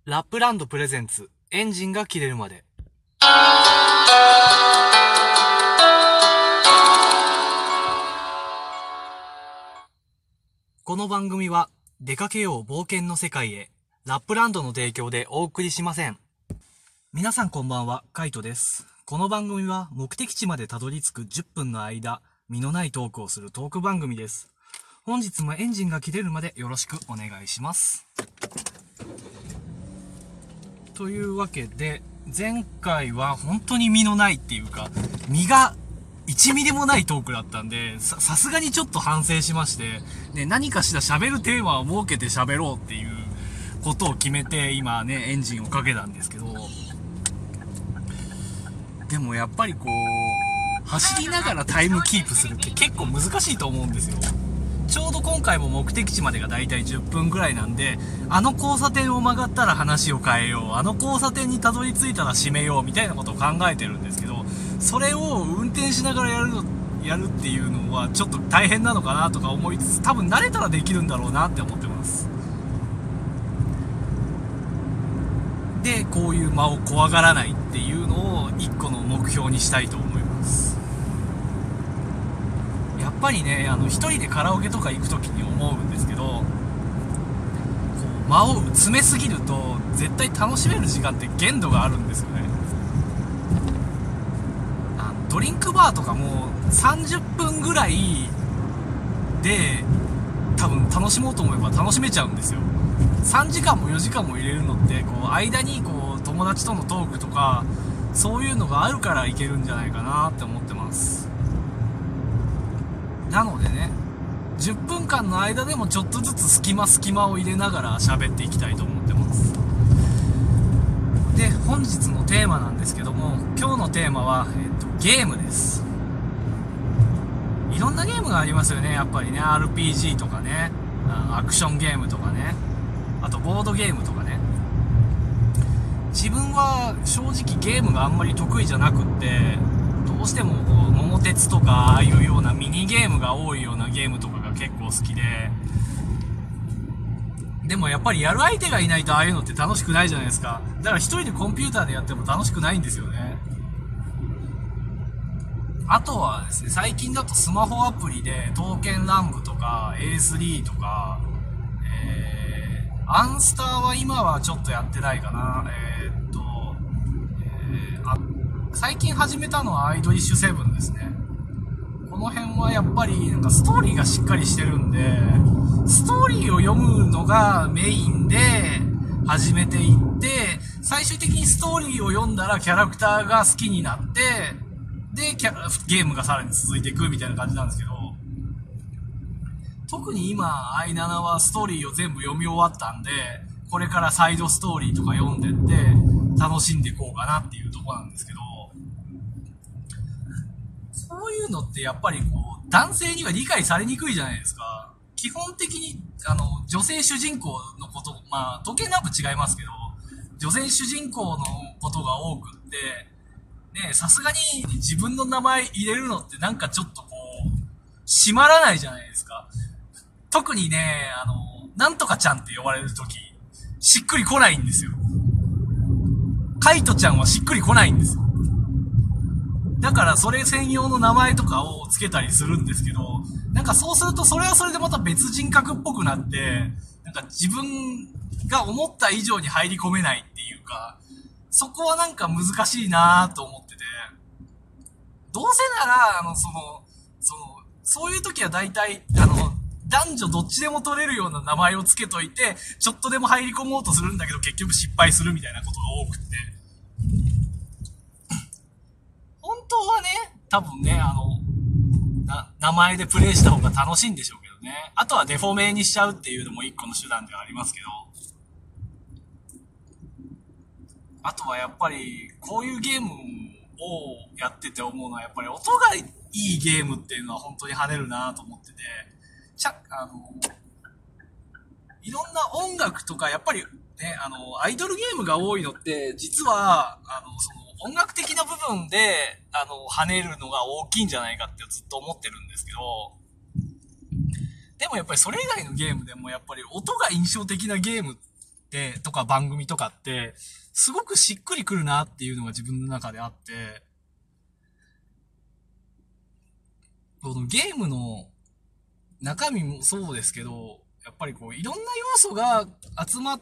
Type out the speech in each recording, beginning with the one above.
ラップランドプレゼンツ、エンジンが切れるまで。この番組は、出かけよう冒険の世界へ、ラップランドの提供でお送りしません。皆さんこんばんは、カイトです。この番組は目的地までたどり着く10分の間、身のないトークをするトーク番組です。本日もエンジンが切れるまでよろしくお願いします。というわけで、前回は本当に身のないっていうか、身が1ミリもないトークだったんで、さすがにちょっと反省しまして、ね、何かしら喋るテーマを設けて喋ろうっていうことを決めて、今ね、エンジンをかけたんですけど、でもやっぱりこう、走りながらタイムキープするって結構難しいと思うんですよ。ちょうど今回も目的地までがだいたい10分ぐらいなんで、あの交差点を曲がったら話を変えよう、あの交差点にたどり着いたら閉めようみたいなことを考えてるんですけど、それを運転しながらやるっていうのはちょっと大変なのかなとか思いつつ、多分慣れたらできるんだろうなって思ってます。で、こういう間を怖がらないっていうのを一個の目標にしたいと思います。やっぱりね、一人でカラオケとか行くときに思うんですけど、こう間を詰めすぎると絶対楽しめる時間って限度があるんですよね。ドリンクバーとかも30分ぐらいで多分楽しもうと思えば楽しめちゃうんですよ。3時間も4時間も入れるのって、こう間にこう友達とのトークとかそういうのがあるからいけるんじゃないかなって思ってます。なのでね、10分間の間でもちょっとずつ隙間を入れながら喋っていきたいと思ってます。で、本日のテーマなんですけども、今日のテーマは、ゲームです。いろんなゲームがありますよね、やっぱりね。 RPG とかね、アクションゲームとかね、あとボードゲームとかね。自分は正直ゲームがあんまり得意じゃなくって、どうしてもこう桃鉄とかああいうようなミニゲームが多いようなゲームとかが結構好きで、でもやっぱりやる相手がいないとああいうのって楽しくないじゃないですか。だから一人でコンピューターでやっても楽しくないんですよね。あとはですね、最近だとスマホアプリで刀剣乱舞とか A3 とか、アンスターは今はちょっとやってないかな。最近始めたのはアイドリッシュセブンですね。この辺はやっぱりなんかストーリーがしっかりしてるんで、ストーリーを読むのがメインで始めていって、最終的にストーリーを読んだらキャラクターが好きになって、で、ゲームがさらに続いていくみたいな感じなんですけど、特に今、i7 はストーリーを全部読み終わったんで、これからサイドストーリーとか読んでって、楽しんでいこうかなっていうところなんですけど、そういうのってやっぱりこう、男性には理解されにくいじゃないですか。基本的に、女性主人公のこと、まあ、時計なんか違いますけど、女性主人公のことが多くって、ね、さすがに自分の名前入れるのってなんかちょっとこう、締まらないじゃないですか。特にね、なんとかちゃんって呼ばれるとき、しっくり来ないんですよ。カイトちゃんはしっくり来ないんですよ。だからそれ専用の名前とかをつけたりするんですけど、なんかそうするとそれはそれでまた別人格っぽくなって、なんか自分が思った以上に入り込めないっていうか、そこはなんか難しいなぁと思ってて、どうせなら、そういう時は大体、男女どっちでも取れるような名前をつけといて、ちょっとでも入り込もうとするんだけど結局失敗するみたいなことが多くって。本当はね、多分ね、名前でプレイした方が楽しいんでしょうけどね。あとはデフォメにしちゃうっていうのも一個の手段ではありますけど。あとはやっぱり、こういうゲームをやってて思うのは、やっぱり音がいいゲームっていうのは本当に跳ねるなと思ってて、いろんな音楽とか、やっぱりね、アイドルゲームが多いのって、実は、音楽的な部分で、跳ねるのが大きいんじゃないかってずっと思ってるんですけど、でもやっぱりそれ以外のゲームでもやっぱり音が印象的なゲームって、とか番組とかって、すごくしっくりくるなっていうのが自分の中であって、このゲームの中身もそうですけど、やっぱりこういろんな要素が集まって、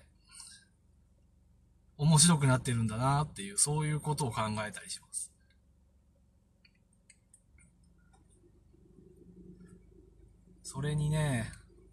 面白くなってるんだなっていう、そういうことを考えたりします。それにね、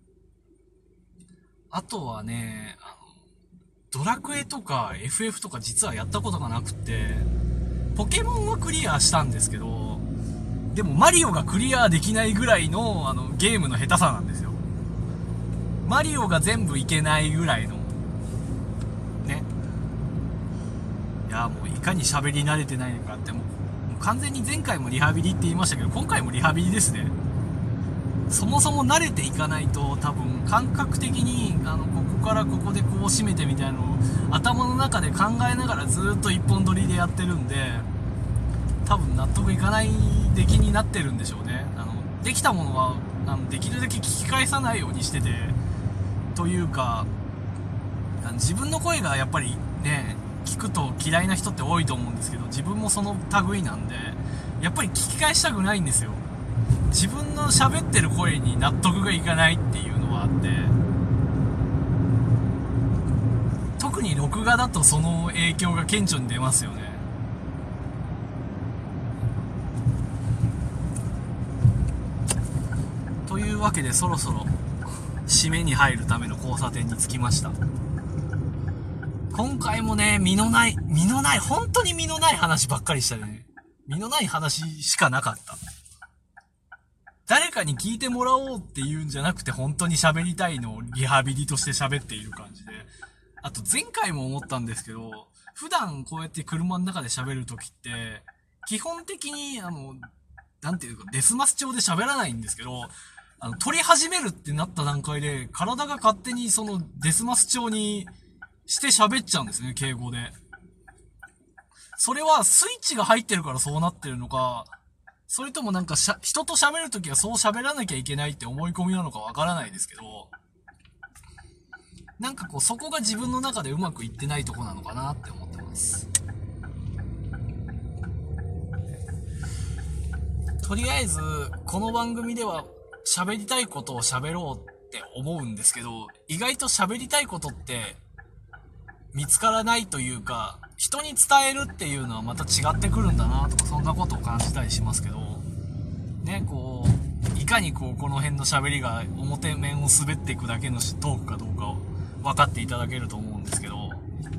あとはね、ドラクエとか FF とか実はやったことがなくて、ポケモンはクリアしたんですけど、でもマリオがクリアできないぐらいのゲームの下手さなんですよ。マリオが全部いけないぐらいの、ね。いや、もういかに喋り慣れてないのかって、もう完全に前回もリハビリって言いましたけど、今回もリハビリですね。そもそも慣れていかないと多分感覚的にここからここでこう締めてみたいなのを頭の中で考えながらずっと一本撮りでやってるんで、多分納得いかない出来になってるんでしょうね。できたものはできるだけ聞き返さないようにしてて、というか自分の声がやっぱりね聞くと嫌いな人って多いと思うんですけど、自分もその類なんでやっぱり聞き返したくないんですよ。自分の喋ってる声に納得がいかないっていうのはあって、特に録画だとその影響が顕著に出ますよね。というわけでそろそろ締めに入るための交差点に着きました。今回もね、身のない、本当に身のない話ばっかりしたね。身のない話しかなかった。誰かに聞いてもらおうっていうんじゃなくて、本当に喋りたいのをリハビリとして喋っている感じで。あと前回も思ったんですけど、普段こうやって車の中で喋るときって、基本的になんていうか、デスマス調で喋らないんですけど、撮り始めるってなった段階で、体が勝手にそのデスマス調にして喋っちゃうんですね、敬語で。それはスイッチが入ってるからそうなってるのか、それともなんか人と喋るときはそう喋らなきゃいけないって思い込みなのかわからないですけど、なんかこうそこが自分の中でうまくいってないとこなのかなって思ってます。とりあえずこの番組では喋りたいことを喋ろうって思うんですけど、意外と喋りたいことって見つからないというか、人に伝えるっていうのはまた違ってくるんだなとか、そんなことを感じたりしますけどね。こういかにこの辺の喋りが表面を滑っていくだけのトークかどうかを分かっていただけると思うんですけど、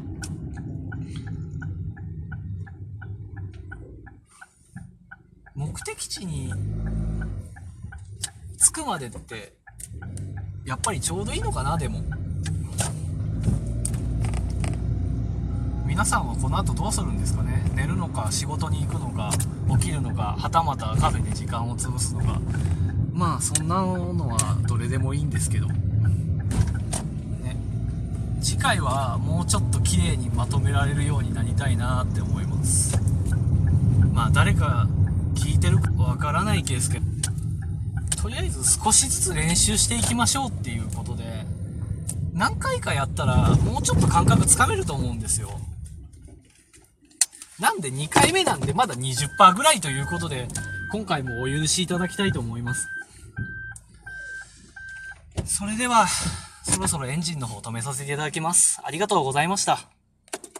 目的地に着くまでってやっぱりちょうどいいのかな。でも皆さんはこの後どうするんですかね。寝るのか、仕事に行くのか、起きるのか、はたまたカフェで時間を潰すのか、まあそんなのはどれでもいいんですけどね。次回はもうちょっと綺麗にまとめられるようになりたいなって思います。まあ誰か聞いてるかわからないですけど、とりあえず少しずつ練習していきましょうっていうことで、何回かやったらもうちょっと感覚つかめると思うんですよ。なんで2回目なんでまだ 20% ぐらいということで、今回もお許しいただきたいと思います。それではそろそろエンジンの方止めさせていただきます。ありがとうございました。